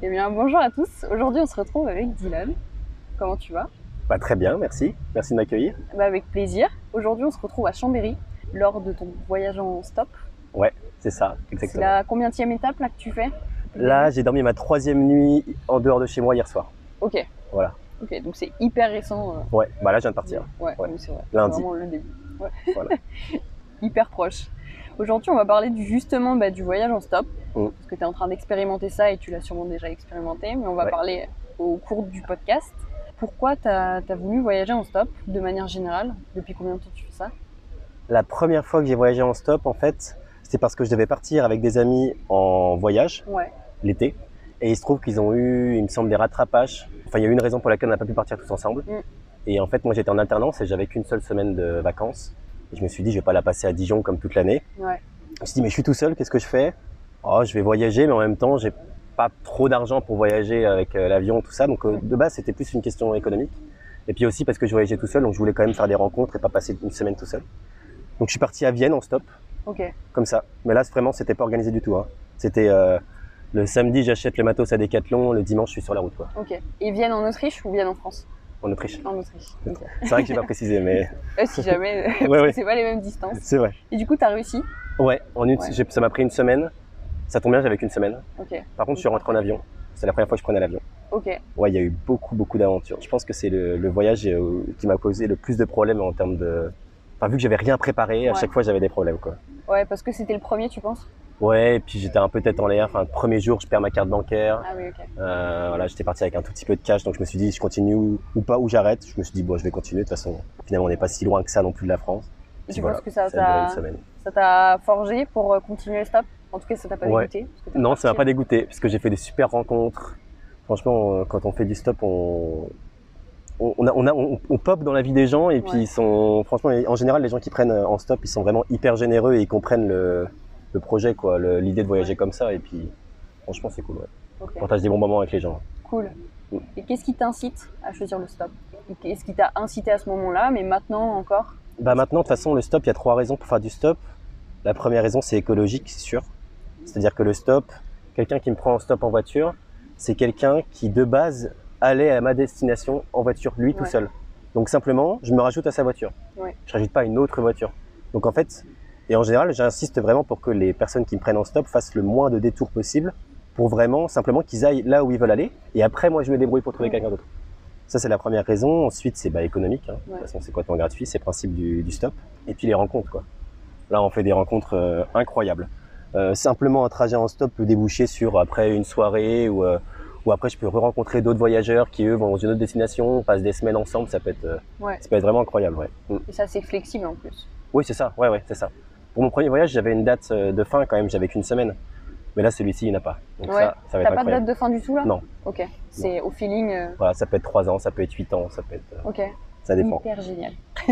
Eh bien, bonjour à tous. Aujourd'hui, on se retrouve avec Dylan. Comment tu vas? Très bien, merci. Merci de m'accueillir. Avec plaisir. Aujourd'hui, on se retrouve à Chambéry lors de ton voyage en stop. Ouais, c'est ça, C'est exactement. la combienième étape là que tu fais? Là, j'ai dormi ma 3e nuit en dehors de chez moi hier soir. Ok. Voilà. Ok, donc c'est hyper récent. Ouais, bah là, je viens de partir. Ouais, Ouais. oui, c'est vrai. Lundi. C'est vraiment le début. Ouais. Voilà. Hyper proche. Aujourd'hui, on va parler justement du voyage en stop. Mm. Parce que tu es en train d'expérimenter ça et tu l'as sûrement déjà expérimenté. Mais on va parler au cours du podcast. Pourquoi tu as voulu voyager en stop de manière générale? Depuis combien de temps tu fais ça? La première fois que j'ai voyagé en stop, en fait, c'était parce que je devais partir avec des amis en voyage l'été. Et il se trouve qu'ils ont eu, il me semble, des rattrapages. Enfin, il y a eu une raison pour laquelle on n'a pas pu partir tous ensemble. Mm. Et en fait, moi, j'étais en alternance et j'avais qu'une seule semaine de vacances. Et je me suis dit, je vais pas la passer à Dijon comme toute l'année. Ouais. Je me suis dit, mais je suis tout seul, qu'est-ce que je fais? Oh, je vais voyager, mais en même temps, j'ai pas trop d'argent pour voyager avec l'avion, tout ça. Donc, de base, c'était plus une question économique. Et puis aussi parce que je voyageais tout seul, donc je voulais quand même faire des rencontres et pas passer une semaine tout seul. Donc, je suis parti à Vienne en stop. Ok. Comme ça. Mais là, vraiment, c'était pas organisé du tout. Hein. C'était le samedi, j'achète le matos à Decathlon, le dimanche, je suis sur la route, quoi. Ok. Et Vienne en Autriche ou Vienne en France? En Autriche. En Autriche. Okay. C'est vrai que j'ai pas précisé, mais. Si jamais, c'est pas les mêmes distances. C'est vrai. Et du coup, t'as réussi? Ouais, ça m'a pris une semaine. Ça tombe bien, j'avais qu'une semaine. Ok. Par contre, je suis rentré en avion. C'est la première fois que je prenais l'avion. Ok. Ouais, il y a eu beaucoup d'aventures. Je pense que c'est le voyage qui m'a causé le plus de problèmes en termes de. Enfin, vu que j'avais rien préparé, à chaque fois j'avais des problèmes, quoi. Ouais, parce que c'était le premier, tu penses? Ouais, et puis j'étais un peu tête en l'air. Enfin, le premier jour, je perds ma carte bancaire. Ah oui, ok. Voilà, j'étais parti avec un tout petit peu de cash, donc je me suis dit, je continue ou pas, ou j'arrête. Je me suis dit, bon, je vais continuer. De toute façon, finalement, on n'est pas si loin que ça non plus de la France. Et tu penses que ça a duré une semaine. Ça t'a forgé pour continuer le stop? En tout cas, ça t'a pas dégoûté? Non, ça m'a pas dégoûté, parce que j'ai fait des super rencontres. Franchement, quand on fait du stop, on pop dans la vie des gens, et puis ils sont, franchement, en général, les gens qui prennent en stop, ils sont vraiment hyper généreux et ils comprennent le projet, quoi, l'idée de voyager comme ça, et puis franchement, c'est cool. Ouais. Okay. On partage des bons moments avec les gens. Cool. Et qu'est-ce qui t'incite à choisir le stop? Qu'est-ce qui t'a incité à ce moment-là, mais maintenant encore? Maintenant, de toute façon, le stop, il y a 3 raisons pour faire du stop. La première raison, c'est écologique, c'est sûr. C'est-à-dire que le stop, quelqu'un qui me prend en stop en voiture, c'est quelqu'un qui, de base, allait à ma destination en voiture, lui tout seul. Donc simplement, je me rajoute à sa voiture. Je rajoute pas une autre voiture. Donc en fait, et en général, j'insiste vraiment pour que les personnes qui me prennent en stop fassent le moins de détours possible pour vraiment, simplement qu'ils aillent là où ils veulent aller. Et après, moi, je me débrouille pour trouver quelqu'un d'autre. Ça, c'est la première raison. Ensuite, c'est économique. Hein. De toute façon, c'est complètement gratuit. C'est le principe du stop. Et puis les rencontres, quoi. Là, on fait des rencontres incroyables. Simplement, un trajet en stop peut déboucher sur après une soirée ou après, je peux re-rencontrer d'autres voyageurs qui, eux, vont dans une autre destination, on passe des semaines ensemble. Ça peut être vraiment incroyable. Ouais. Et ça, c'est flexible en plus. Oui, c'est ça. Ouais, c'est ça. Pour mon premier voyage, j'avais une date de fin quand même. J'avais qu'une semaine. Mais là, celui-ci, il n'y en a pas. Donc ça va être incroyable. T'as pas de date de fin du tout, là? Non. Ok. C'est au feeling. Voilà, ça peut être 3 ans, ça peut être 8 ans, ça peut être. Ok. Ça dépend. Hyper génial.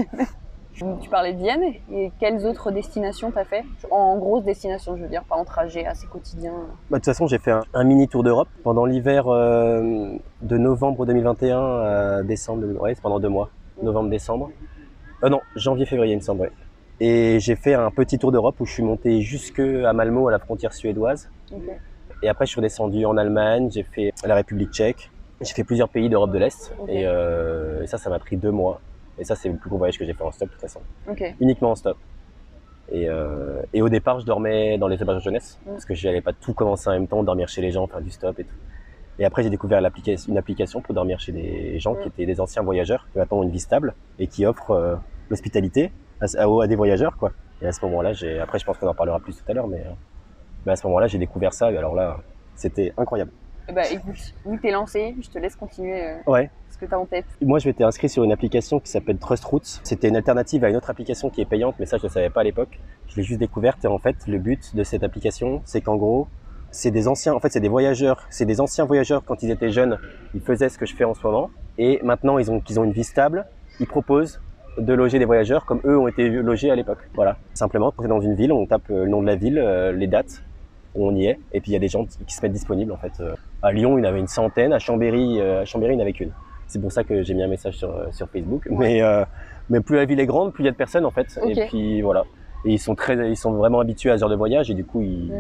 Tu parlais de Vienne, et quelles autres destinations t'as fait? En grosse destination, je veux dire, pas en trajet assez quotidien. De toute façon, j'ai fait un mini tour d'Europe pendant l'hiver de novembre 2021 à décembre. Ouais, c'est pendant 2 mois. Novembre-décembre. Non, janvier-février, il me semble. Ouais. Et j'ai fait un petit tour d'Europe où je suis monté jusqu'à Malmö, à la frontière suédoise. Okay. Et après, je suis redescendu en Allemagne, j'ai fait la République tchèque. J'ai fait plusieurs pays d'Europe de l'Est. Okay. Et ça m'a pris 2 mois. Et ça, c'est le plus gros voyage que j'ai fait en stop, de toute façon. Okay. Uniquement en stop. Et au départ, je dormais dans les auberges de jeunesse. Parce que je n'allais pas tout commencer en même temps, dormir chez les gens, faire du stop et tout. Et après, j'ai découvert une application pour dormir chez des gens qui étaient des anciens voyageurs, qui maintenant ont une vie stable et qui offrent l'hospitalité à des voyageurs, quoi. Et à ce moment-là, après, je pense qu'on en parlera plus tout à l'heure, mais à ce moment-là, j'ai découvert ça. Et alors là, c'était incroyable. Écoute, vu que t'es lancé, je te laisse continuer. Ouais. Ce que t'as en tête. Moi, je m'étais inscrit sur une application qui s'appelle TrustRoutes. C'était une alternative à une autre application qui est payante, mais ça, je ne le savais pas à l'époque. Je l'ai juste découverte. Et en fait, le but de cette application, c'est qu'en gros, c'est des voyageurs. C'est des anciens voyageurs quand ils étaient jeunes. Ils faisaient ce que je fais en ce moment. Et maintenant, qu'ils ont une vie stable, ils proposent de loger des voyageurs comme eux ont été logés à l'époque. Voilà. Simplement, quand on est dans une ville, on tape le nom de la ville, les dates, où on y est. Et puis, il y a des gens qui se mettent disponibles, en fait. À Lyon, il y en avait une centaine. À Chambéry, il n'y en avait qu'une. C'est pour ça que j'ai mis un message sur Facebook. Mais plus la ville est grande, plus il y a de personnes, en fait. Okay. Et puis, voilà. Et ils sont vraiment habitués à ce genre de voyage. Et du coup,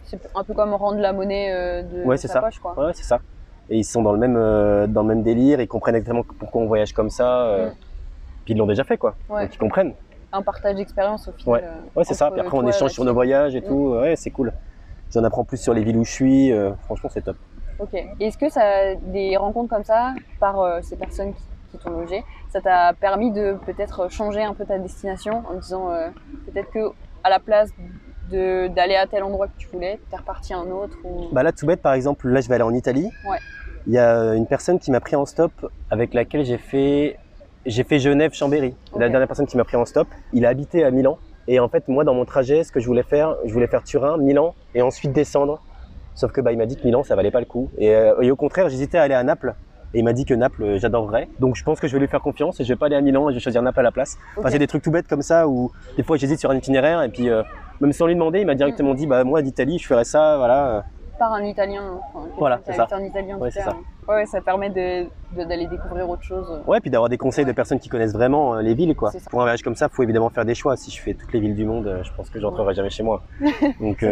C'est un peu comme rendre la monnaie de sa poche, quoi. Ouais, c'est ça. Et ils sont dans le même délire, ils comprennent exactement pourquoi on voyage comme ça. Puis ils l'ont déjà fait, quoi. Ouais. Donc ils comprennent. Un partage d'expérience au final. Ouais, c'est ça. Puis après, on échange sur nos voyages et tout. Ouais, c'est cool. J'en apprends plus sur les villes où je suis. Franchement, c'est top. Ok. Et est-ce que ça, des rencontres comme ça, par ces personnes qui t'ont logé, ça t'a permis de peut-être changer un peu ta destination en disant peut-être que à la place d'aller à tel endroit que tu voulais, t'es reparti à un autre ou... Bah là, tout bête, par exemple, là, je vais aller en Italie. Ouais. Il y a une personne qui m'a pris en stop avec laquelle j'ai fait Genève-Chambéry. Okay. La dernière personne qui m'a pris en stop, il a habité à Milan. Et en fait, moi, dans mon trajet, ce que je voulais faire Turin, Milan et ensuite descendre. Sauf que il m'a dit que Milan, ça valait pas le coup. Et au contraire, j'hésitais à aller à Naples. Et il m'a dit que Naples, j'adorerais. Donc je pense que je vais lui faire confiance et je vais pas aller à Milan et je vais choisir Naples à la place. Okay. Enfin, c'est des trucs tout bêtes comme ça où des fois j'hésite sur un itinéraire et puis même sans lui demander, il m'a directement dit moi d'Italie, je ferais ça, voilà. Par un Italien. Voilà, c'est ça. Un Italien, ouais, c'est ça. Ouais, ça permet d'aller découvrir autre chose. Ouais, puis d'avoir des conseils de personnes qui connaissent vraiment les villes, quoi. Pour un voyage comme ça, faut évidemment faire des choix. Si je fais toutes les villes du monde, je pense que je rentrerai jamais chez moi. Donc,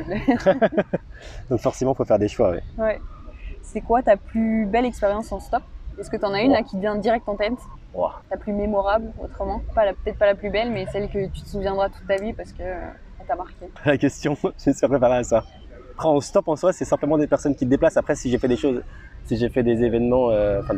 donc forcément, faut faire des choix. Ouais. C'est quoi ta plus belle expérience en stop? Est-ce que tu en as une là qui te vient direct en tête? Ta plus mémorable, autrement? Peut-être pas la plus belle, mais celle que tu te souviendras toute ta vie parce que ça t'a marqué. La question, je me suis préparé à ça. Après, en stop en soi, c'est simplement des personnes qui te déplacent. Après, si j'ai fait des choses, si j'ai fait des événements,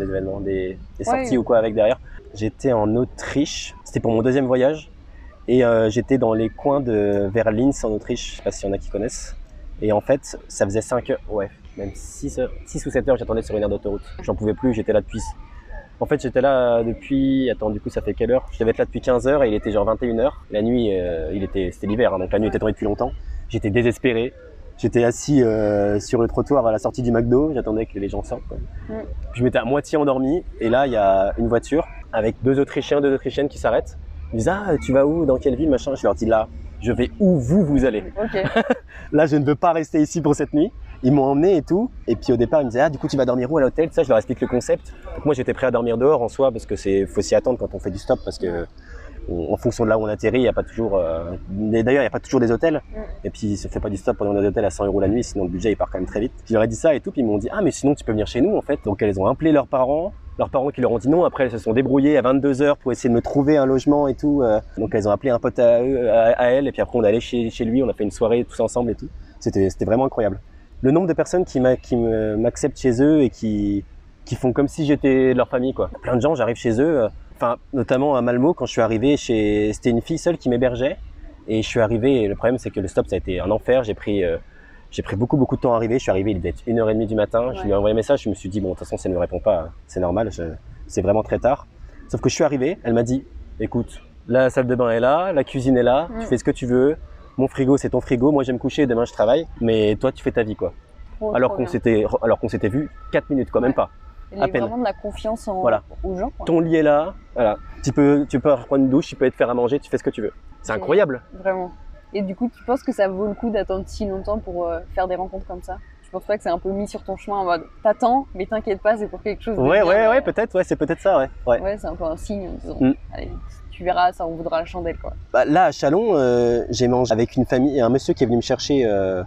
des sorties ou quoi avec derrière. J'étais en Autriche, c'était pour mon deuxième voyage. Et j'étais dans les coins vers Linz en Autriche, je sais pas s'il y en a qui connaissent. Et en fait, ça faisait 5 heures, même 6 ou 7 heures, j'attendais sur une aire d'autoroute. J'en pouvais plus, j'étais là depuis... En fait, j'étais là depuis... Attends, du coup, ça fait quelle heure? Je devais être là depuis 15 heures et il était genre 21 heures. La nuit, c'était l'hiver, hein, donc la nuit était tombée depuis longtemps. J'étais désespéré. J'étais assis sur le trottoir à la sortie du McDo, j'attendais que les gens sortent. Puis je m'étais à moitié endormi et là, il y a une voiture avec deux Autrichiennes qui s'arrêtent. Ils me disent « Ah, tu vas où? Dans quelle ville ?» machin. Je leur dis « Là, je vais où vous allez. Okay. » Là, je ne veux pas rester ici pour cette nuit. Ils m'ont emmené et tout. Et puis au départ, ils me disaient « Ah, du coup, tu vas dormir où à l'hôtel ?» Ça, je leur explique le concept. Donc moi, j'étais prêt à dormir dehors en soi parce que faut s'y attendre quand on fait du stop parce que en fonction de là où on atterrit, il n'y a pas toujours. D'ailleurs, il n'y a pas toujours des hôtels. Et puis, ça fait pas du stop pendant des hôtels à 100 € la nuit, sinon le budget il part quand même très vite. Je leur ai dit ça et tout, puis ils m'ont dit ah mais sinon tu peux venir chez nous en fait. Donc elles ont appelé leurs parents qui leur ont dit non. Après elles se sont débrouillées à 22 h pour essayer de me trouver un logement et tout. Donc elles ont appelé un pote à elles et puis après on est allé chez lui, on a fait une soirée tous ensemble et tout. C'était vraiment incroyable. Le nombre de personnes qui m'acceptent chez eux et qui font comme si j'étais de leur famille quoi. Plein de gens, j'arrive chez eux. Enfin, notamment à Malmö, quand je suis arrivé c'était une fille seule qui m'hébergeait. Et je suis arrivé, et le problème c'est que le stop ça a été un enfer. J'ai pris beaucoup de temps à arriver. Je suis arrivé, il devait être 1h30 du matin. Ouais. Je lui ai envoyé un message, je me suis dit bon, de toute façon, si elle ne me répond pas, c'est normal, c'est vraiment très tard. Sauf que je suis arrivé, elle m'a dit écoute, la salle de bain est là, la cuisine est là, tu fais ce que tu veux. Mon frigo, c'est ton frigo. Moi, je vais me coucher, demain je travaille. Mais toi, tu fais ta vie quoi. Alors qu'on s'était vu 4 minutes quoi, même pas. Il y a vraiment de la confiance aux gens. Quoi. Ton lit est là, voilà. Tu peux prendre une douche, tu peux te faire à manger, tu fais ce que tu veux. C'est incroyable. Vraiment. Et du coup, tu penses que ça vaut le coup d'attendre si longtemps pour faire des rencontres comme ça? Je pense pas que c'est un peu mis sur ton chemin en mode t'attends, mais t'inquiète pas, c'est pour quelque chose de bien. Ouais, peut-être, c'est peut-être ça, Ouais, c'est un peu un signe, disons. Allez, tu verras, ça en vaudra la chandelle, quoi. Bah, là, à Châlons, j'ai mangé avec une famille, un monsieur qui est venu me chercher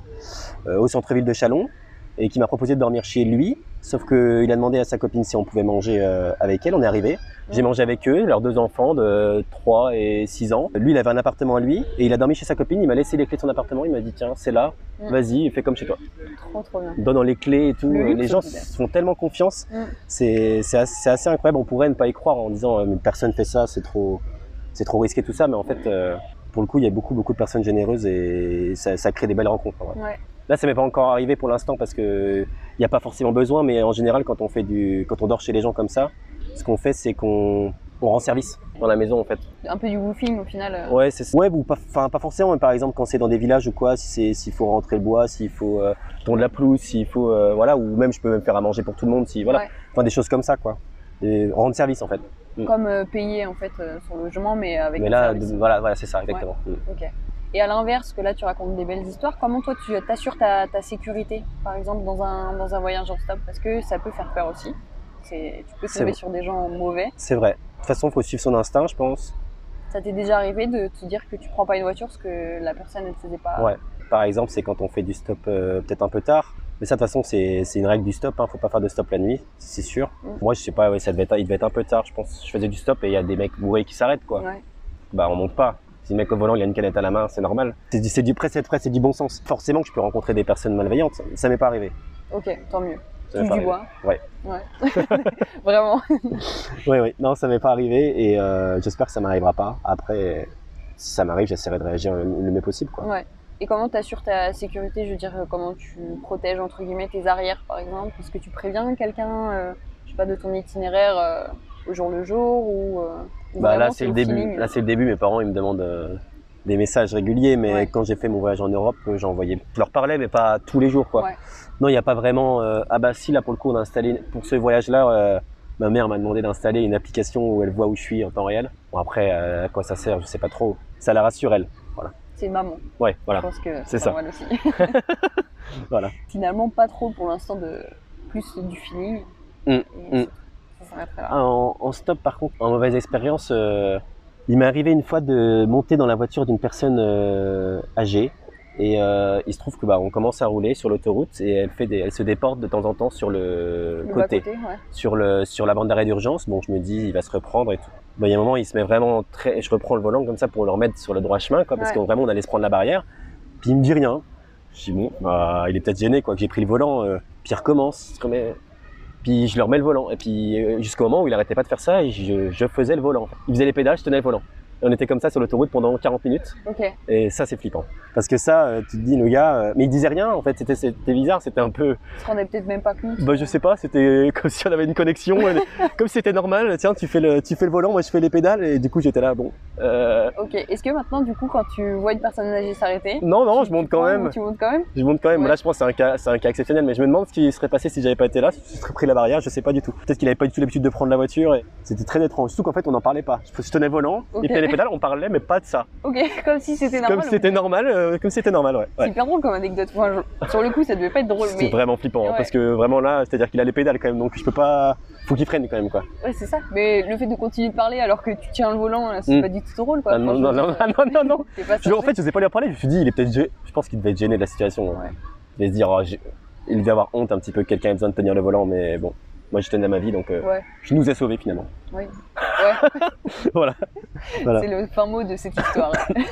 au centre-ville de Châlons et qui m'a proposé de dormir chez lui. Sauf qu'il a demandé à sa copine si on pouvait manger avec elle. On est arrivé. J'ai mangé avec eux, leurs 2 enfants de 3 et 6 ans. Lui, il avait un appartement à lui et il a dormi chez sa copine. Il m'a laissé les clés de son appartement. Il m'a dit tiens, c'est là, vas-y, fais comme chez toi. Trop bien. Donne les clés et tout. Les gens se font tellement confiance. C'est assez incroyable. On pourrait ne pas y croire en disant personne fait ça, c'est trop risqué tout ça. Mais en fait, pour le coup, il y a beaucoup de personnes généreuses et ça crée des belles rencontres. Ouais. Là, ça m'est pas encore arrivé pour l'instant parce que il n'y a pas forcément besoin, mais en général, quand on dort chez les gens comme ça, ce qu'on fait, c'est qu'on rend service dans la maison en fait. Un peu du woofing au final. Ouais, ou pas forcément, mais par exemple quand c'est dans des villages ou quoi, s'il faut rentrer le bois, s'il faut tondre la pelouse, s'il faut ou même je peux même faire à manger pour tout le monde, enfin des choses comme ça quoi. Et rendre service en fait. Comme payer en fait son logement, mais avec. Mais là, voilà, c'est ça exactement. Ok. Et à l'inverse, que là tu racontes des belles histoires, comment toi tu t'assures ta sécurité, par exemple dans un voyage en stop? Parce que ça peut faire peur aussi. Tu peux tomber sur des gens mauvais. C'est vrai. De toute façon, il faut suivre son instinct, je pense. Ça t'est déjà arrivé de te dire que tu prends pas une voiture parce que la personne ne te faisait pas? Ouais, par exemple, c'est quand on fait du stop peut-être un peu tard. Mais ça, de toute façon, c'est une règle du stop. Faut pas faire de stop la nuit, c'est sûr. Moi, je sais pas, il devait être un peu tard. Je pense, je faisais du stop et il y a des mecs bourrés qui s'arrêtent, quoi. Ouais. Bah, on monte pas. Si le mec au volant, il a une canette à la main, c'est normal. C'est du bon sens. Forcément que je peux rencontrer des personnes malveillantes. Ça m'est pas arrivé. Ok, tant mieux. Ça m'est Touche pas du arrivé. bois. Ouais. Vraiment. Oui. Non, ça m'est pas arrivé et j'espère que ça m'arrivera pas. Après, si ça m'arrive, j'essaierai de réagir le mieux possible, quoi. Ouais. Et comment tu assures ta sécurité? Je veux dire, comment tu protèges entre guillemets tes arrières, par exemple? Est-ce que tu préviens quelqu'un, je sais pas, de ton itinéraire au jour le jour ou Bah là, vraiment, c'est le au début. feeling Là, c'est le début. Mes parents, ils me demandent des messages réguliers, mais Ouais. quand j'ai fait mon voyage en Europe, j'envoyais. Je leur parlais, mais pas tous les jours, quoi. Ouais. Non, il n'y a pas vraiment. Ah bah si, là pour le coup, on a installé pour ce voyage-là. Ma mère m'a demandé d'installer une application où elle voit où je suis en temps réel. Bon après, à quoi ça sert, je sais pas trop. Ça la rassure elle. Voilà. C'est maman. Ouais, Je voilà. pense que C'est c'est ça. normal aussi. Voilà. Finalement, pas trop pour l'instant de plus du feeling. Et ça s'arrêterait là. En stop, par contre, en mauvaise expérience, il m'est arrivé une fois de monter dans la voiture d'une personne âgée. Et il se trouve que on commence à rouler sur l'autoroute et elle se déporte de temps en temps sur le côté, ouais. sur la bande d'arrêt d'urgence. Bon, je me dis, il va se reprendre et tout. Il y a un moment, il se met vraiment très. Je reprends le volant comme ça pour le remettre sur le droit chemin, quoi, parce Ouais. que vraiment, on allait se prendre la barrière. Puis il me dit rien. Je dis bon, il est peut-être gêné, quoi, que j'ai pris le volant. Puis il recommence, il se remet. Puis je lui remets le volant. Et puis jusqu'au moment où il arrêtait pas de faire ça, et je faisais le volant. Il faisait les pédales, je tenais le volant. Et on était comme ça sur l'autoroute pendant 40 minutes. Ok. Et ça, c'est flippant. Parce que ça, tu te dis, le gars, mais il disait rien, en fait, c'était bizarre, c'était un peu, Tu te rendais peut-être même pas compte. je sais pas, c'était comme si on avait une connexion, comme si c'était normal, tiens, tu fais le volant, moi je fais les pédales, et du coup, j'étais là, bon. Ok. Est-ce que maintenant, du coup, quand tu vois une personne âgée s'arrêter, Non, je monte quand même. Tu montes quand même? Je monte quand même. Ouais. Là, je pense que c'est un cas exceptionnel, mais je me demande ce qui serait passé si j'avais pas été là, si je serais pris la barrière, je sais pas du tout. Peut-être qu'il avait pas du tout l'habitude de prendre la voiture, et c'était très étrange. Surtout qu'en fait, on n'en parlait pas. Je tenais le volant, Ok. et puis les pédales, on parlait, mais pas de ça. Ok, comme si c'était normal. Comme si c'était normal, ouais. C'est hyper drôle comme anecdote. Enfin, sur le coup, ça devait pas être drôle, C'est mais vraiment flippant, hein, Ouais. parce que vraiment là, c'est-à-dire qu'il a les pédales quand même, donc je peux pas. Faut qu'il freine quand même, quoi. ouais, c'est ça. Mais le fait de continuer de parler alors que tu tiens le volant, c'est pas du tout drôle, quoi. Ah, non, Enfin, non, je veux non, dire, non, non. c'est pas En fait, je sais pas lui en parler. Je me suis dit, il est peut-être. Je pense qu'il devait être gêné de la situation. Ouais. Il devait se dire, il devait avoir honte un petit peu que quelqu'un ait besoin de tenir le volant, mais bon, moi je tenais à ma vie, donc Ouais. je nous ai sauvés finalement. Oui. Ouais. Voilà. C'est le fin mot de cette histoire.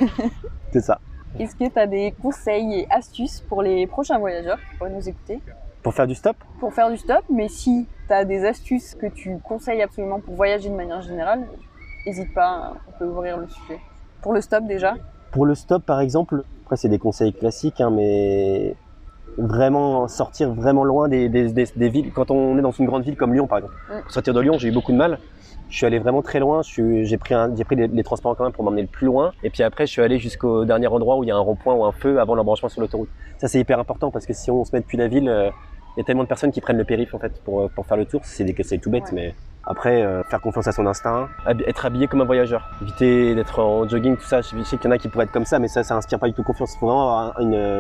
C'est ça. Est-ce que tu as des conseils et astuces pour les prochains voyageurs qui pourraient nous écouter Pour faire du stop, pour faire du stop? Mais si tu as des astuces que tu conseilles absolument pour voyager de manière générale, n'hésite pas, on peut ouvrir le sujet. Pour le stop déjà? pour le stop par exemple, après c'est des conseils classiques, hein, mais vraiment sortir vraiment loin des villes. Quand on est dans une grande ville comme Lyon par exemple, pour sortir de Lyon, j'ai eu beaucoup de mal. Je suis allé vraiment très loin. J'ai pris les transports en commun pour m'emmener le plus loin. Et puis après, je suis allé jusqu'au dernier endroit où il y a un rond-point ou un feu avant l'embranchement sur l'autoroute. Ça, c'est hyper important parce que si on se met depuis la ville, il y a tellement de personnes qui prennent le périph' en fait pour faire le tour. C'est des conseils tout bêtes, Ouais. mais après, faire confiance à son instinct, être habillé comme un voyageur, éviter d'être en jogging, tout ça. Je sais qu'il y en a qui pourraient être comme ça, mais ça inspire pas du tout confiance. Il faut vraiment avoir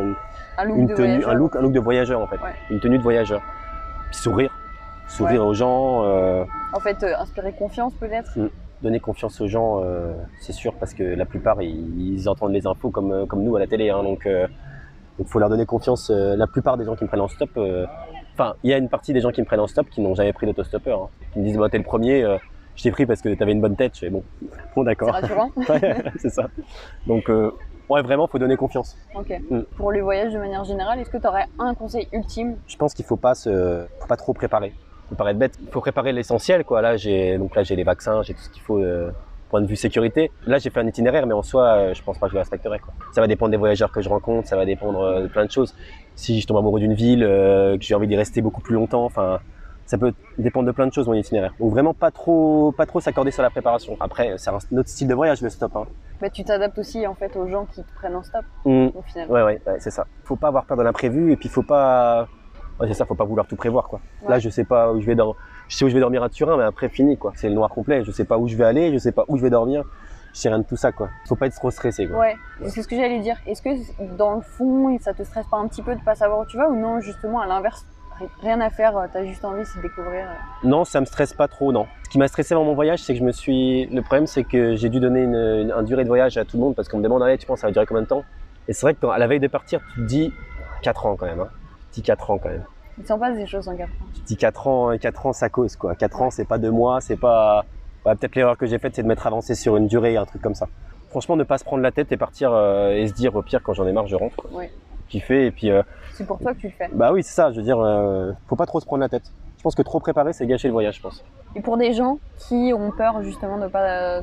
Un look une de tenue, voyageur. un look de voyageur en fait, Ouais. une tenue de voyageur. Puis sourire aux gens. En fait, inspirer confiance peut-être. Donner confiance aux gens, c'est sûr, parce que la plupart ils entendent les infos comme nous à la télé, hein, donc faut leur donner confiance. La plupart des gens qui me prennent en stop, enfin il y a une partie des gens qui me prennent en stop qui n'ont jamais pris d'autostoppeur, hein, qui me disent t'es le premier, je t'ai pris parce que t'avais une bonne tête. Je fais bon C'est d'accord, rassurant. ouais, c'est ça. Donc ouais, vraiment faut donner confiance. Ok. Pour les voyages de manière générale, est-ce que tu aurais un conseil ultime? Je pense qu'il faut pas trop préparer. Ça paraît bête. Il faut préparer l'essentiel, quoi. Là, j'ai les vaccins, j'ai tout ce qu'il faut, point de vue sécurité. Là, j'ai fait un itinéraire, mais en soi, je pense pas que je le respecterai, quoi. Ça va dépendre des voyageurs que je rencontre, ça va dépendre de plein de choses. Si je tombe amoureux d'une ville, que j'ai envie d'y rester beaucoup plus longtemps, enfin, ça peut dépendre de plein de choses, mon itinéraire. Donc vraiment pas trop s'accorder sur la préparation. Après, c'est un autre style de voyage, le stop, hein. Bah, tu t'adaptes aussi en fait aux gens qui te prennent en stop au final. Ouais, c'est ça. Faut pas avoir peur de l'imprévu et puis faut pas. Ouais, c'est ça, faut pas vouloir tout prévoir, quoi. Ouais. Là, je sais pas où je vais dormir. Je sais où je vais dormir à Turin, mais après, fini, quoi. C'est le noir complet. Je sais pas où je vais aller, je sais pas où je vais dormir. Je sais rien de tout ça, quoi. Faut pas être trop stressé, quoi. Ouais, c'est ce que j'allais dire. Est-ce que dans le fond, ça te stresse pas un petit peu de pas savoir où tu vas ou non, justement, à l'inverse, rien à faire, t'as juste envie c'est de découvrir. Non, ça me stresse pas trop, non. Ce qui m'a stressé dans mon voyage, c'est que le problème, c'est que j'ai dû donner une durée de voyage à tout le monde parce qu'on me demande, tu penses, ça va durer combien de temps? Et c'est vrai que à la veille de partir, tu te dis 4 ans quand même. Hein. Tu te dis 4 ans quand même. Il s'en passe des choses en 4 ans. Tu te dis 4 ans ça cause quoi. 4 ans, c'est pas 2 mois, c'est pas. Ouais, peut-être l'erreur que j'ai faite, c'est de m'être avancé sur une durée, un truc comme ça. Franchement, ne pas se prendre la tête et partir et se dire au pire, quand j'en ai marre, je rentre. Oui. Kiffer et puis. C'est pour toi que tu le fais. Bah oui, c'est ça. Je veux dire, faut pas trop se prendre la tête. Je pense que trop préparer, c'est gâcher le voyage, je pense. Et pour des gens qui ont peur justement de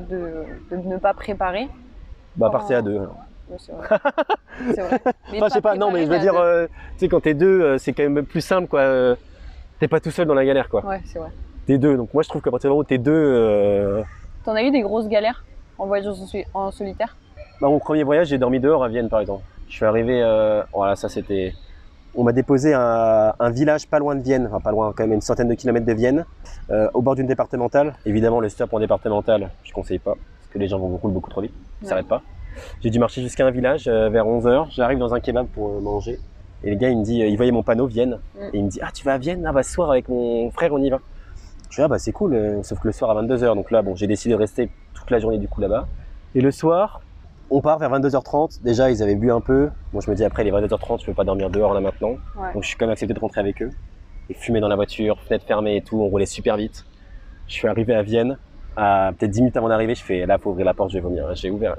ne pas préparer. Bah partez à 2. Ouais, c'est vrai. C'est vrai. Mais Enfin, je sais pas, non, mais je veux dire, tu sais, quand t'es 2, c'est quand même plus simple, quoi. T'es pas tout seul dans la galère, quoi. Ouais, c'est vrai. T'es 2, donc moi je trouve qu'à partir du moment où t'es 2. T'en as eu des grosses galères en voyage en solitaire? Bah, mon premier voyage, j'ai dormi dehors à Vienne, par exemple. Je suis arrivé, voilà, ça c'était. On m'a déposé à un village pas loin de Vienne, enfin pas loin, quand même une centaine de kilomètres de Vienne, au bord d'une départementale. Évidemment, le stop en départementale, je conseille pas, parce que les gens roulent beaucoup trop vite, ils s'arrêtent pas. J'ai dû marcher jusqu'à un village vers 11h. J'arrive dans un kebab pour manger. Et le gars, il me dit, il voyait mon panneau Vienne. Et il me dit, ah, tu vas à Vienne? Ah, bah, ce soir, avec mon frère, on y va. Je dis, ah, bah, c'est cool, sauf que le soir à 22h. Donc là, bon, j'ai décidé de rester toute la journée, du coup, là-bas. Et le soir, on part vers 22h30. Déjà, ils avaient bu un peu. Bon, je me dis, après, les 22h30, je peux pas dormir dehors, là, maintenant. Ouais. Donc, je suis quand même accepté de rentrer avec eux. Et fumer dans la voiture, fenêtre fermée et tout. On roulait super vite. Je suis arrivé à Vienne. Peut-être 10 minutes avant d'arriver, je fais là, faut ouvrir la porte, je vais vomir. J'ai ouvert.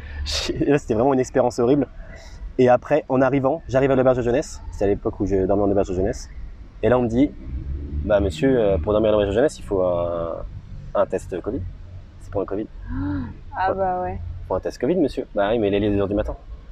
Là, c'était vraiment une expérience horrible. Et après, en arrivant, j'arrive à l'auberge de jeunesse. C'était à l'époque où je dormais en auberge de jeunesse. Et là, on me dit, bah monsieur, pour dormir à l'auberge de jeunesse, il faut un test Covid. C'est pour un Covid. Ah bah ouais. Pour un test Covid, monsieur. Bah oui, mais il est les 2h du matin.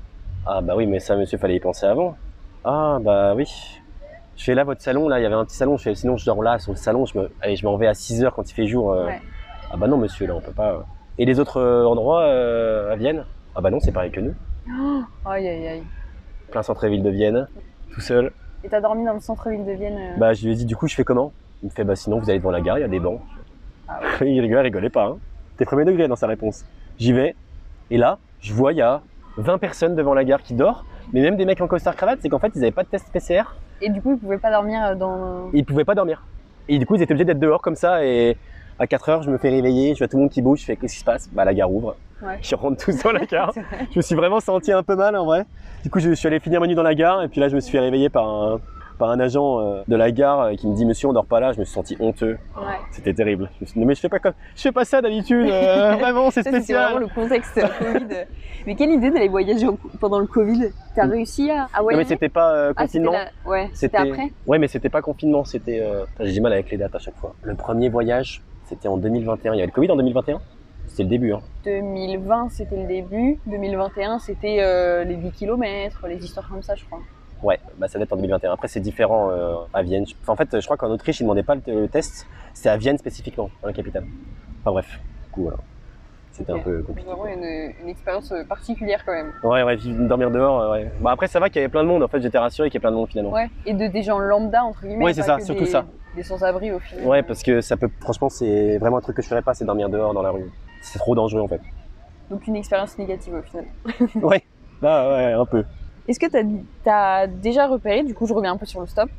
Ah bah oui, mais ça, monsieur, fallait y penser avant. Ah bah oui. Je fais là, votre salon, là, il y avait un petit salon. Je fais, sinon, je dors là, sur le salon. Je m'en vais à 6h quand il fait jour. Ouais. Ah bah non monsieur, là on peut pas. Et les autres endroits à Vienne? Ah bah non, c'est pareil que nous. Oh, aïe aïe aïe. Plein centre-ville de Vienne, tout seul. Et t'as dormi dans le centre-ville de Vienne Bah je lui ai dit du coup je fais comment? Il me fait bah sinon vous allez devant la gare, il y a des bancs. Ah ouais. Il rigolait pas. Hein. T'es premier degré dans sa réponse. J'y vais, et là, je vois il y a 20 personnes devant la gare qui dorment, mais même des mecs en costard cravate, c'est qu'en fait ils avaient pas de test PCR. Et du coup ils pouvaient pas dormir dans... Ils pouvaient pas dormir. Et du coup ils étaient obligés d'être dehors comme ça, et à 4h, je me fais réveiller, je vois tout le monde qui bouge, je fais qu'est-ce qui se passe? Bah la gare ouvre. Ouais. Je rentre tous dans la gare. Je me suis vraiment senti un peu mal en vrai. Du coup, je suis allé finir ma nuit dans la gare et puis là, je me suis fait réveiller par un agent de la gare qui me dit monsieur, on dort pas là. Je me suis senti honteux. Ouais. C'était terrible. Je me suis dit, mais je fais pas ça d'habitude. Vraiment, c'est Ça, c'était spécial. vraiment le contexte Covid. Mais quelle idée d'aller voyager pendant le Covid? T'as réussi à Non, voyager? mais c'était pas confinement. Ouais, c'était après? Ouais, mais c'était pas confinement. C'était. J'ai du mal avec les dates à chaque fois. Le premier voyage, c'était en 2021. Il y avait le Covid en 2021? C'était le début. Hein. 2020, c'était le début. 2021, c'était les 10 km, les histoires comme ça, je crois. Ouais, bah ça date en 2021. Après, c'est différent à Vienne. Enfin, en fait, je crois qu'en Autriche, ils ne demandaient pas le test. C'était à Vienne spécifiquement, dans la capitale. Enfin bref, du coup, voilà. C'était un peu compliqué. Vraiment une expérience particulière quand même. Ouais, dormir dehors, ouais. Bah après, ça va qu'il y avait plein de monde. En fait, j'étais rassuré qu'il y ait plein de monde finalement. Ouais, et des gens lambda, entre guillemets. Ouais, c'est ça, surtout ça. Des sans-abri au final. Ouais, parce que ça peut, franchement, c'est vraiment un truc que je ferais pas, c'est dormir dehors dans la rue. C'est trop dangereux en fait. Donc une expérience négative au final. Ouais, bah ouais, un peu. Est-ce que t'as déjà repéré, du coup je reviens un peu sur le stop,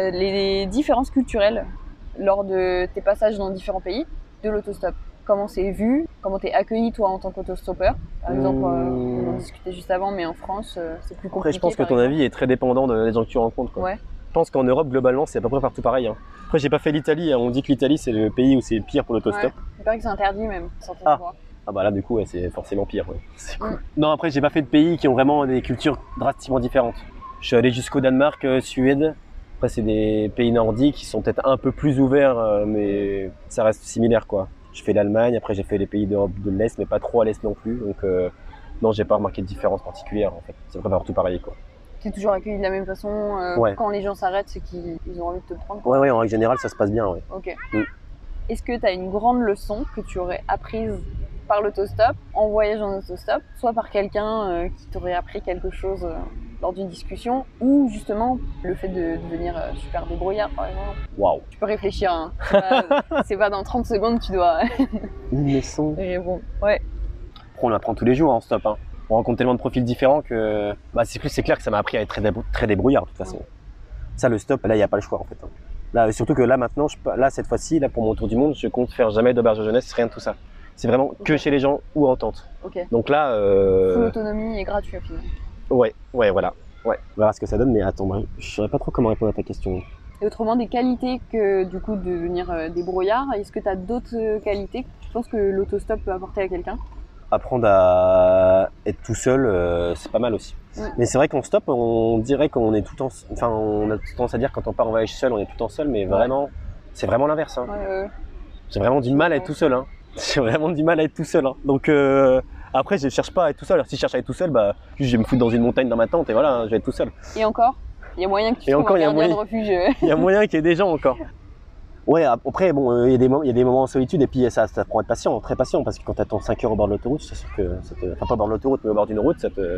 les différences culturelles lors de tes passages dans différents pays de l'autostop? Comment c'est vu? Comment t'es accueilli toi en tant qu'autostoppeur? Par exemple, on en discutait juste avant, mais en France, c'est plus compliqué. Après, je pense que ton avis est très dépendant des gens que tu rencontres. Quoi. Ouais. Je pense qu'en Europe, globalement, c'est à peu près partout pareil. Hein. Après, j'ai pas fait l'Italie. Hein. On dit que l'Italie, c'est le pays où c'est pire pour l'autostop. Ouais. Il paraît que c'est interdit même, certaines endroits. Ah bah là, du coup, ouais, c'est forcément pire. Ouais. C'est cool. Non, après, j'ai pas fait de pays qui ont vraiment des cultures drastiquement différentes. Je suis allé jusqu'au Danemark, Suède. Après, c'est des pays nordiques qui sont peut-être un peu plus ouverts, mais ça reste similaire, quoi. Je fais l'Allemagne, après j'ai fait les pays d'Europe de l'Est, mais pas trop à l'Est non plus. Donc non, j'ai pas remarqué de différence particulière en fait. C'est vraiment partout pareil, quoi. Tu es toujours accueilli de la même façon. Ouais. Quand les gens s'arrêtent, c'est qu'ils ont envie de te prendre. Ouais, en règle générale, ça se passe bien. Ouais. Ok. Est-ce que tu as une grande leçon que tu aurais apprise par l'autostop, en voyage en autostop, soit par quelqu'un qui t'aurait appris quelque chose lors d'une discussion, ou justement le fait de devenir super débrouillard par exemple? Waouh. Tu peux réfléchir, hein. C'est pas dans 30 secondes tu dois une leçon. répondre. Ouais. On apprend tous les jours en stop. Hein. On rencontre tellement de profils différents que bah, c'est clair que ça m'a appris à être très débrouillard de toute façon. Ouais. Ça, le stop, là, il n'y a pas le choix en fait. Hein. Là, surtout que là maintenant, cette fois-ci, là pour mon tour du monde, je compte faire jamais d'auberge de jeunesse, rien de tout ça. C'est vraiment que chez les gens ou en tente. Okay. Donc là, full autonomie et gratuit au final. Ouais, voilà. Ouais, on verra ce que ça donne, mais attends, moi, je saurais pas trop comment répondre à ta question. Et autrement, des qualités que du coup de devenir débrouillard, est-ce que tu as d'autres qualités que tu penses que l'autostop peut apporter à quelqu'un? Apprendre à être tout seul, c'est pas mal aussi. Mais c'est vrai qu'en stop, on dirait qu'on est tout en... Enfin, on a tendance à dire quand on part en voyage seul, on est tout en seul, mais vraiment, c'est vraiment l'inverse. Hein. J'ai vraiment du mal à être tout seul. Hein. J'ai vraiment du mal à être tout seul. Hein. Donc après, je cherche pas à être tout seul. Alors, si je cherche à être tout seul, bah, juste, je vais me foutre dans une montagne dans ma tente et voilà, je vais être tout seul. Et encore, il y a moyen que tu trouves un gardien de refuge. Il y a moyen qu'il y ait des gens encore. Ouais, après, bon, il y a des moments en solitude et puis ça prend à être patient, très patient, parce que quand tu attends 5 heures au bord de l'autoroute, c'est sûr que enfin pas au bord de l'autoroute, mais au bord d'une route, ça te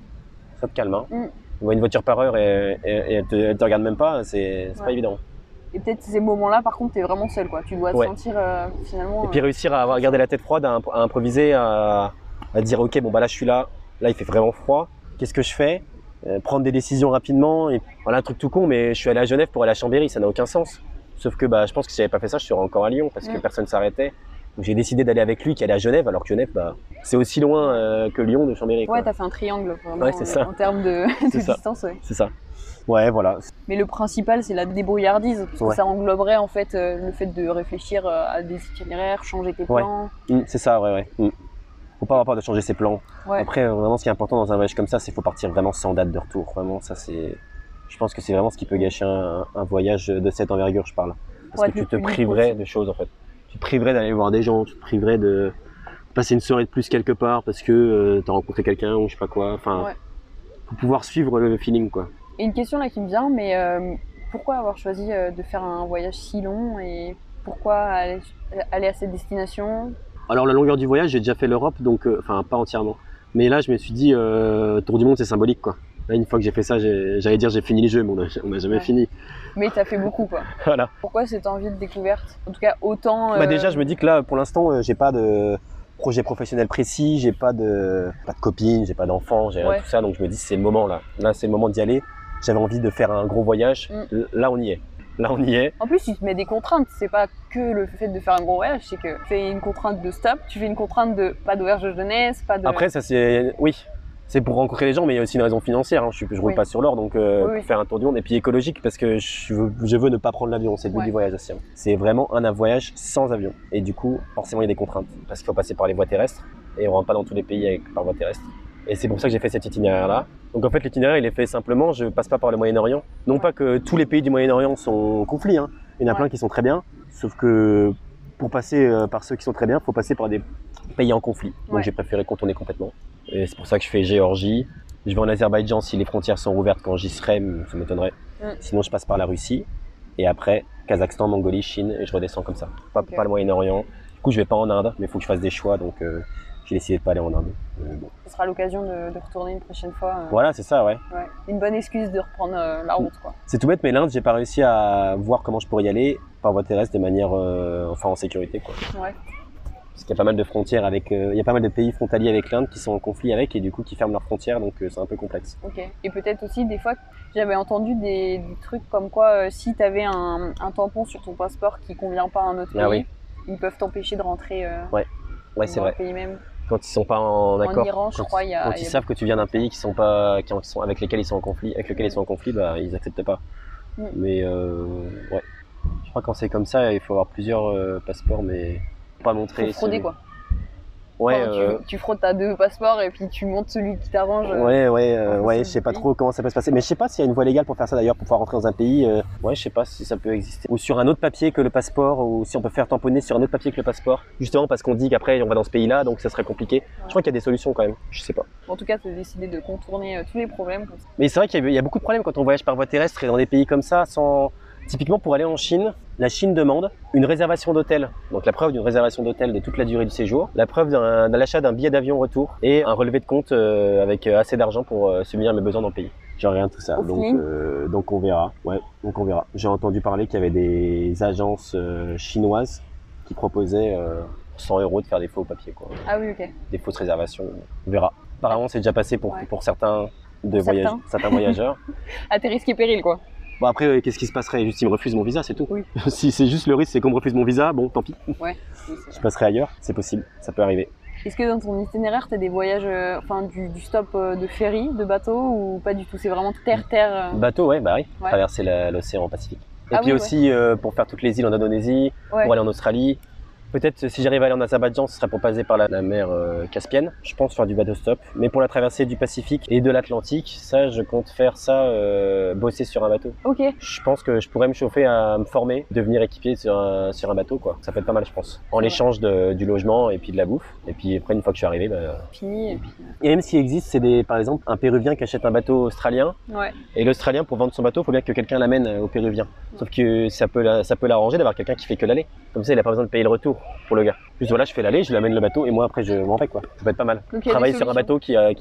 calme. Hein. On voit une voiture par heure et elle te regarde même pas, c'est pas évident. Et peut-être ces moments-là, par contre, tu es vraiment seul, quoi. Tu dois te sentir finalement. Et puis réussir à garder la tête froide, à improviser, à dire ok, bon bah là je suis là il fait vraiment froid, qu'est-ce que je fais? Prendre des décisions rapidement. Et voilà un truc tout con, mais je suis allé à Genève pour aller à Chambéry, ça n'a aucun sens. Sauf que bah, je pense que si j'avais pas fait ça, je serais encore à Lyon parce que personne s'arrêtait. Donc j'ai décidé d'aller avec lui qui allait à Genève, alors que Genève, bah, c'est aussi loin que Lyon de Chambéry. Ouais, t'as fait un triangle vraiment, ça. En termes de distance. Ouais. C'est ça. Ouais, voilà. Mais le principal, c'est la débrouillardise, parce que ça engloberait en fait le fait de réfléchir à des itinéraires, changer tes plans. C'est ça, ouais. Faut pas avoir peur de changer ses plans. Après, vraiment, ce qui est important dans un voyage comme ça, c'est qu'il faut partir vraiment sans date de retour. Vraiment, ça c'est... Je pense que c'est vraiment ce qui peut gâcher un voyage de cette envergure, je parle. Parce que tu te priverais de choses, en fait. Tu te priverais d'aller voir des gens, tu te priverais de passer une soirée de plus quelque part parce que tu as rencontré quelqu'un ou je sais pas quoi. Enfin, faut pouvoir suivre le feeling, quoi. Et une question là qui me vient, mais pourquoi avoir choisi de faire un voyage si long et pourquoi aller à cette destination? Alors, la longueur du voyage, j'ai déjà fait l'Europe, donc, enfin, pas entièrement. Mais là, je me suis dit, Tour du monde, c'est symbolique, quoi. Là, une fois que j'ai fait ça, j'allais dire j'ai fini le jeu, mais on n'a jamais fini. Mais t'as fait beaucoup, quoi. Voilà. Pourquoi cette envie de découverte? En tout cas, autant... Bah déjà, je me dis que là, pour l'instant, j'ai pas de projet professionnel précis, j'ai pas de copine, j'ai pas d'enfant, j'ai rien de tout ça, donc je me dis c'est le moment là. Là, c'est le moment d'y aller. J'avais envie de faire un gros voyage. Là, on y est. Là, on y est. En plus, tu te mets des contraintes. C'est pas que le fait de faire un gros voyage, c'est que tu fais une contrainte de stop, tu fais une contrainte de pas d'auberge de jeunesse, pas de... Après, ça c'est... Oui, c'est pour rencontrer les gens, mais il y a aussi une raison financière. Hein. Je roule pas sur l'or, donc pour faire un tour du monde. Et puis écologique, parce que je veux ne pas prendre l'avion. C'est le but du voyage aussi. Hein. C'est vraiment un voyage sans avion. Et du coup, forcément, il y a des contraintes. Parce qu'il faut passer par les voies terrestres. Et on rentre pas dans tous les pays par voie terrestre. Et c'est pour ça que j'ai fait cet itinéraire-là. Donc en fait, l'itinéraire, il est fait simplement, je passe pas par le Moyen-Orient. Non pas que tous les pays du Moyen-Orient sont en conflit, hein. Il y en a plein qui sont très bien. Sauf que pour passer par ceux qui sont très bien, il faut passer par des pays en conflit. Donc j'ai préféré contourner complètement. Et c'est pour ça que je fais Géorgie. Je vais en Azerbaïdjan si les frontières sont rouvertes quand j'y serai, ça m'étonnerait. Sinon, je passe par la Russie. Et après, Kazakhstan, Mongolie, Chine, et je redescends comme ça. Pas le Moyen-Orient. Du coup, je vais pas en Inde, mais il faut que je fasse des choix. Donc j'ai décidé de pas aller en Inde. Bon. Ce sera l'occasion de retourner une prochaine fois. Voilà, c'est ça, ouais. Une bonne excuse de reprendre la route, quoi. C'est tout bête, mais l'Inde, j'ai pas réussi à voir comment je pourrais y aller par voie terrestre de manière, enfin, en sécurité, quoi. Parce qu'il y a pas mal de frontières avec, il y a pas mal de pays frontaliers avec l'Inde qui sont en conflit avec et du coup qui ferment leurs frontières, donc c'est un peu complexe. Et peut-être aussi des fois, j'avais entendu des trucs comme quoi si tu avais un tampon sur ton passeport qui convient pas à un autre pays, ils peuvent t'empêcher de rentrer c'est dans vrai. le pays même. Quand ils sont pas en accord, en Iran, je crois, quand ils savent que tu viens d'un pays qui sont pas, avec lesquels ils sont en conflit, bah ils acceptent pas. Mais je crois que quand c'est comme ça, il faut avoir plusieurs passeports, mais pas montrer. Faut frauder quoi. Tu fraudes ta 2 passeports et puis tu montes celui qui t'arrange. Je sais pas trop comment ça peut se passer, mais je sais pas s'il y a une voie légale pour faire ça d'ailleurs, pour pouvoir rentrer dans un pays. Je sais pas si ça peut exister. Ou sur un autre papier que le passeport, ou si on peut faire tamponner sur un autre papier que le passeport. Justement parce qu'on dit qu'après on va dans ce pays-là, donc ça serait compliqué. Je crois qu'il y a des solutions quand même. Je sais pas. En tout cas, tu as décidé de contourner tous les problèmes comme ça. Mais c'est vrai qu'il y a beaucoup de problèmes quand on voyage par voie terrestre et dans des pays comme ça, sans. Typiquement, pour aller en Chine, la Chine demande une réservation d'hôtel, donc la preuve d'une réservation d'hôtel de toute la durée du séjour, la preuve de l'achat d'un billet d'avion retour et un relevé de compte avec assez d'argent pour subvenir à mes besoins dans le pays. J'ai rien de tout ça, donc on verra. Donc on verra. J'ai entendu parler qu'il y avait des agences chinoises qui proposaient 100 € de faire des faux papiers, quoi. Ah oui, ok. Des fausses réservations. On verra. Apparemment, c'est déjà passé pour certains voyageurs. À tes risques et périls, quoi. Bon après, qu'est-ce qui se passerait? Juste, ils me refusent mon visa, c'est tout. Si c'est juste le risque, c'est qu'on me refuse mon visa, bon, tant pis. Je passerai ailleurs, c'est possible, ça peut arriver. Est-ce que dans ton itinéraire, tu as des voyages, enfin du stop de ferry, de bateau ou pas du tout? C'est vraiment terre-terre Bateau, ouais, bah oui, Ouais. traverser l'océan Pacifique. Et Ah puis oui, aussi pour faire toutes les îles en Indonésie, Ouais. pour aller en Australie. Peut-être si j'arrive à aller en Azerbaïdjan, ce serait pour passer par la mer Caspienne. Je pense faire du bateau stop. Mais pour la traversée du Pacifique et de l'Atlantique, ça, je compte faire ça, bosser sur un bateau. Ok. Je pense que je pourrais me chauffer à me former, devenir équipier sur un bateau, quoi. Ça peut être pas mal, je pense. En Ouais. échange du logement et puis de la bouffe. Et puis après, une fois que je suis arrivé, Fini et puis. Et même s'il existe, c'est par exemple un Péruvien qui achète un bateau australien. Ouais. Et l'Australien, pour vendre son bateau, il faut bien que quelqu'un l'amène au Péruvien. Sauf que ça peut l'arranger d'avoir quelqu'un qui fait que l'aller. Comme ça, il n'a pas besoin de payer le retour pour le gars. Juste voilà, je fais l'aller, je lui amène le bateau et moi après je m'en vais, quoi. Ça peut être pas mal. Donc, il y a Travailler des sur un solutions. bateau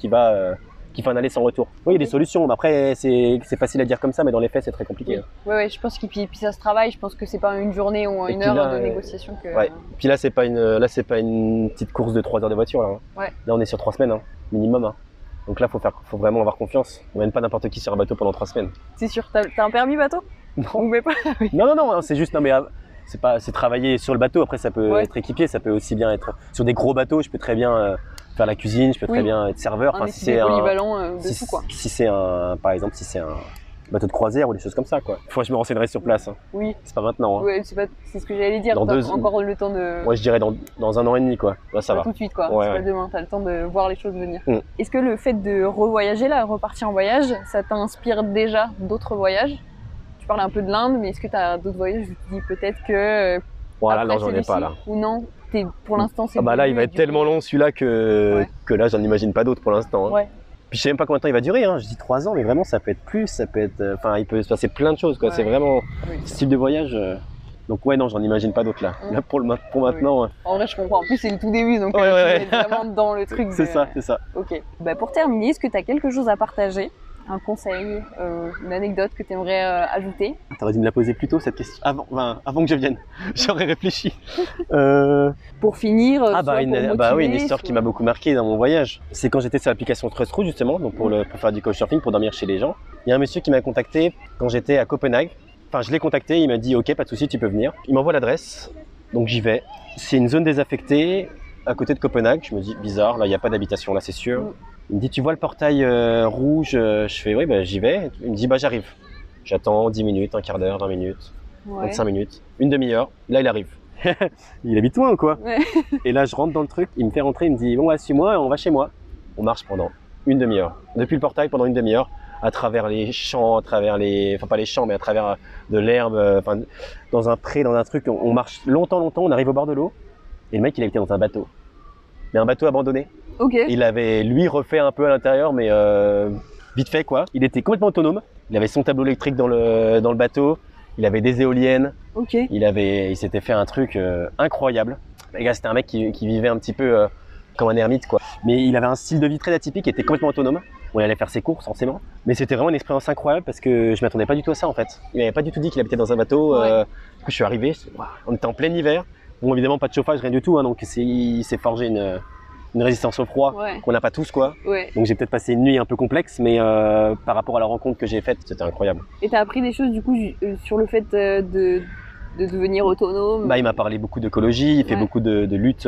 qui fait un aller sans retour. Oui, il y a des solutions, mais après c'est facile à dire comme ça, mais dans les faits c'est très compliqué. Oui. Ouais, je pense que puis ça se travaille. Je pense que c'est pas une journée ou Et une puis heure là, de négociation que. Ouais. Puis là c'est pas une petite course de 3 heures de voiture là. Hein. Ouais. Là on est sur 3 semaines, hein, minimum. Hein. Donc là faut vraiment avoir confiance. On mène pas n'importe qui sur un bateau pendant 3 semaines. C'est sûr. T'as un permis bateau? Non. Ou mais pas? Oui. Non, c'est juste, non mais c'est travailler sur le bateau. Après ça peut Ouais. être équipier, ça peut aussi bien être sur des gros bateaux. Je peux très bien faire la cuisine, je peux très Oui. bien être serveur. Un Enfin, esprit polyvalent de tout quoi. Si c'est par exemple, si c'est un bateau de croisière ou des choses comme ça, quoi. Faut que je me renseignerai sur place. Hein. Oui. C'est pas maintenant. Hein. Ouais, c'est ce que j'allais dire. Dans T'as encore le temps de. Moi je dirais dans 1 an et demi, quoi. Là ça Pas va. tout de suite quoi. Ouais, C'est ouais. pas demain. T'as le temps de voir les choses venir. Mm. Est-ce que le fait de revoyager là, repartir en voyage, ça t'inspire déjà d'autres voyages? Tu parlais un peu de l'Inde, mais est-ce que t'as d'autres voyages où tu te dis peut-être que Voilà, après non, j'en ai pas celui-ci, là. ou non, pour l'instant c'est. Ah bah là, il va être tellement long celui-là que là, j'en imagine pas d'autres pour l'instant. Hein. Ouais. Puis je sais même pas combien de temps il va durer. Hein. Je dis 3 ans, mais vraiment, ça peut être plus, ça peut être. Enfin, il peut se passer plein de choses. Quoi. Ouais. C'est vraiment Oui. ce type de voyage. Donc ouais, non, j'en imagine pas d'autres là. Mm. Là, pour maintenant, En vrai, je comprends. En plus, c'est le tout début, donc Ouais, tu vas ouais. être vraiment dans le truc. c'est ça. Ok. Bah, pour terminer, est-ce que tu as quelque chose à partager? Un conseil, une anecdote que tu aimerais ajouter? T'aurais dû me la poser plus tôt cette question. Avant que je vienne. J'aurais réfléchi. Pour finir, soit pour oui, une motiver, histoire qui m'a beaucoup marqué dans mon voyage. C'est quand j'étais sur l'application Trustroot justement, donc pour faire du couchsurfing, pour dormir chez les gens. Il y a un monsieur qui m'a contacté quand j'étais à Copenhague. Enfin, je l'ai contacté, il m'a dit ok, pas de souci, tu peux venir. Il m'envoie l'adresse, donc j'y vais. C'est une zone désaffectée à côté de Copenhague. Je me dis bizarre, là il n'y a pas d'habitation, là c'est sûr. Mm. Il me dit tu vois le portail rouge? Je fais oui, bah, j'y vais. Il me dit bah j'arrive. J'attends 10 minutes, un quart d'heure, 20 minutes, Ouais. 25 minutes, une demi-heure. Là il arrive. Il habite loin ou quoi? Ouais. Et là je rentre dans le truc, il me fait rentrer, il me dit bon bah suis-moi, on va chez moi. On marche pendant une demi-heure. Depuis le portail pendant une demi-heure, à travers les champs, à travers enfin pas les champs, mais à travers de l'herbe, enfin dans un pré, dans un truc. On marche longtemps, on arrive au bord de l'eau. Et le mec il était dans un bateau. Mais un bateau abandonné. Ok. Il avait lui refait un peu à l'intérieur, mais vite fait quoi. Il était complètement autonome. Il avait son tableau électrique dans le bateau. Il avait des éoliennes. Ok. Il s'était fait un truc incroyable. Les gars, c'était un mec qui vivait un petit peu comme un ermite quoi. Mais il avait un style de vie très atypique, il était complètement autonome. Bon, il allait faire ses courses forcément. Mais c'était vraiment une expérience incroyable parce que je m'attendais pas du tout à ça en fait. Il m'avait pas du tout dit qu'il habitait dans un bateau. Ouais. Du coup, je suis arrivé, on était en plein hiver. Bon, évidemment, pas de chauffage, rien du tout. Hein, donc il s'est forgé une résistance au froid Ouais. qu'on n'a pas tous quoi. Ouais. Donc j'ai peut-être passé une nuit un peu complexe, mais par rapport à la rencontre que j'ai faite, c'était incroyable. Et t'as appris des choses du coup sur le fait de devenir autonome? Bah, il m'a parlé beaucoup d'écologie, il fait Ouais. beaucoup de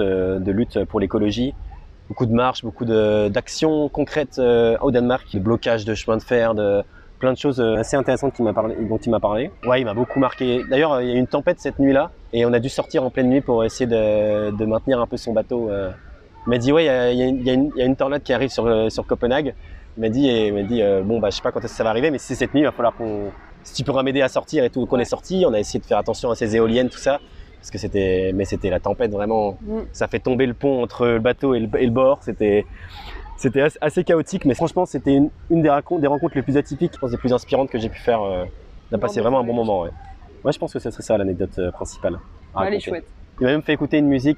lutte pour l'écologie, beaucoup de marches, beaucoup d'actions concrètes au Danemark, de blocage de chemin de fer, de plein de choses assez intéressantes dont il m'a parlé. Ouais, il m'a beaucoup marqué. D'ailleurs, il y a eu une tempête cette nuit-là et on a dû sortir en pleine nuit pour essayer de maintenir un peu son bateau. Il m'a dit ouais, il y a une tornade qui arrive sur Copenhague. Il m'a dit bon bah je sais pas quand est-ce que ça va arriver, mais si c'est cette nuit, il va falloir si tu pourras m'aider à sortir et tout. Donc on est sorti, on a essayé de faire attention à ces éoliennes, tout ça, parce que c'était la tempête vraiment. Ça fait tomber le pont entre le bateau et le bord. C'était assez chaotique, mais franchement c'était une des rencontres les plus atypiques, je pense, des plus inspirantes que j'ai pu faire. On a passé vraiment un bon moment. Ouais. Moi je pense que ce serait ça l'anecdote principale. à Elle est raconter. chouette. Il m'a même fait écouter une musique,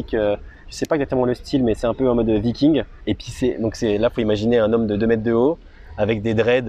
je sais pas exactement le style, mais c'est un peu en mode viking. Et puis là, faut imaginer un homme de 2 mètres de haut, avec des dreads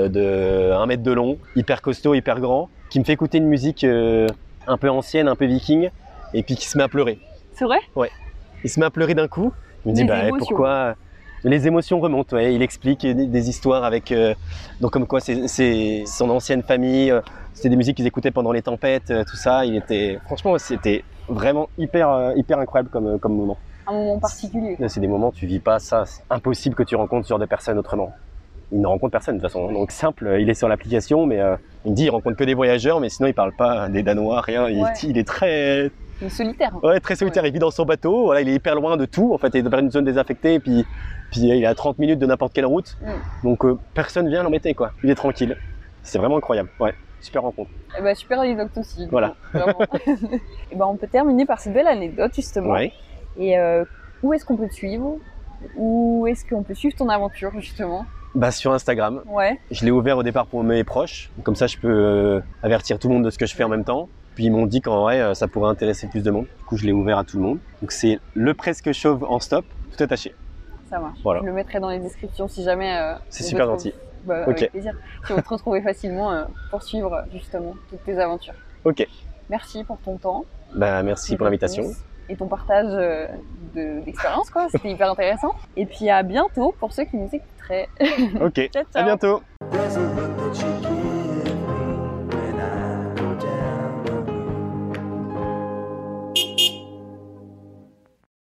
de 1 mètre de long, hyper costaud, hyper grand, qui me fait écouter une musique un peu ancienne, un peu viking, et puis qui se met à pleurer. C'est vrai? Il se met à pleurer d'un coup. Il me dit Des bah émotions. pourquoi? Les émotions remontent, ouais. Il explique des histoires avec donc comme quoi c'est son ancienne famille, c'était des musiques qu'ils écoutaient pendant les tempêtes, tout ça. Franchement, c'était vraiment hyper incroyable comme moment. un moment particulier. C'est des moments, tu vis pas ça. C'est impossible que tu rencontres ce genre de personnes autrement. Il ne rencontre personne de toute façon. Donc simple, il est sur l'application, mais il me dit il rencontre que des voyageurs, mais sinon il parle pas des Danois, rien. Il est très... Il est solitaire. Ouais, très solitaire. Il vit dans son bateau. Voilà, il est hyper loin de tout. En fait, il est dans une zone désaffectée. Et puis il est à 30 minutes de n'importe quelle route. Donc personne vient l'embêter, quoi. Il est tranquille. C'est vraiment incroyable. Ouais, super rencontre. Et bah, super anecdote aussi. Voilà. Et bah, on peut terminer par cette belle anecdote justement. Ouais. Et où est-ce qu'on peut te suivre? Où est-ce qu'on peut suivre ton aventure justement? Bah, sur Instagram. Ouais. Je l'ai ouvert au départ pour mes proches. Comme ça, je peux avertir tout le monde de ce que je fais en même temps. Puis ils m'ont dit qu'en vrai, ça pourrait intéresser plus de monde. Du coup, je l'ai ouvert à tout le monde. Donc c'est le presque chauve en stop, tout attaché. Ça marche. Voilà. Je le mettrai dans les descriptions si jamais. C'est super gentil. Bah, Ok. Avec plaisir. Si on te retrouver facilement pour suivre justement toutes tes aventures. Ok. Merci pour ton temps. Bah, merci pour l'invitation. Et ton partage d'expérience, quoi. C'était hyper intéressant. Et puis à bientôt pour ceux qui nous écouteraient. Ok. Ciao, ciao. À bientôt.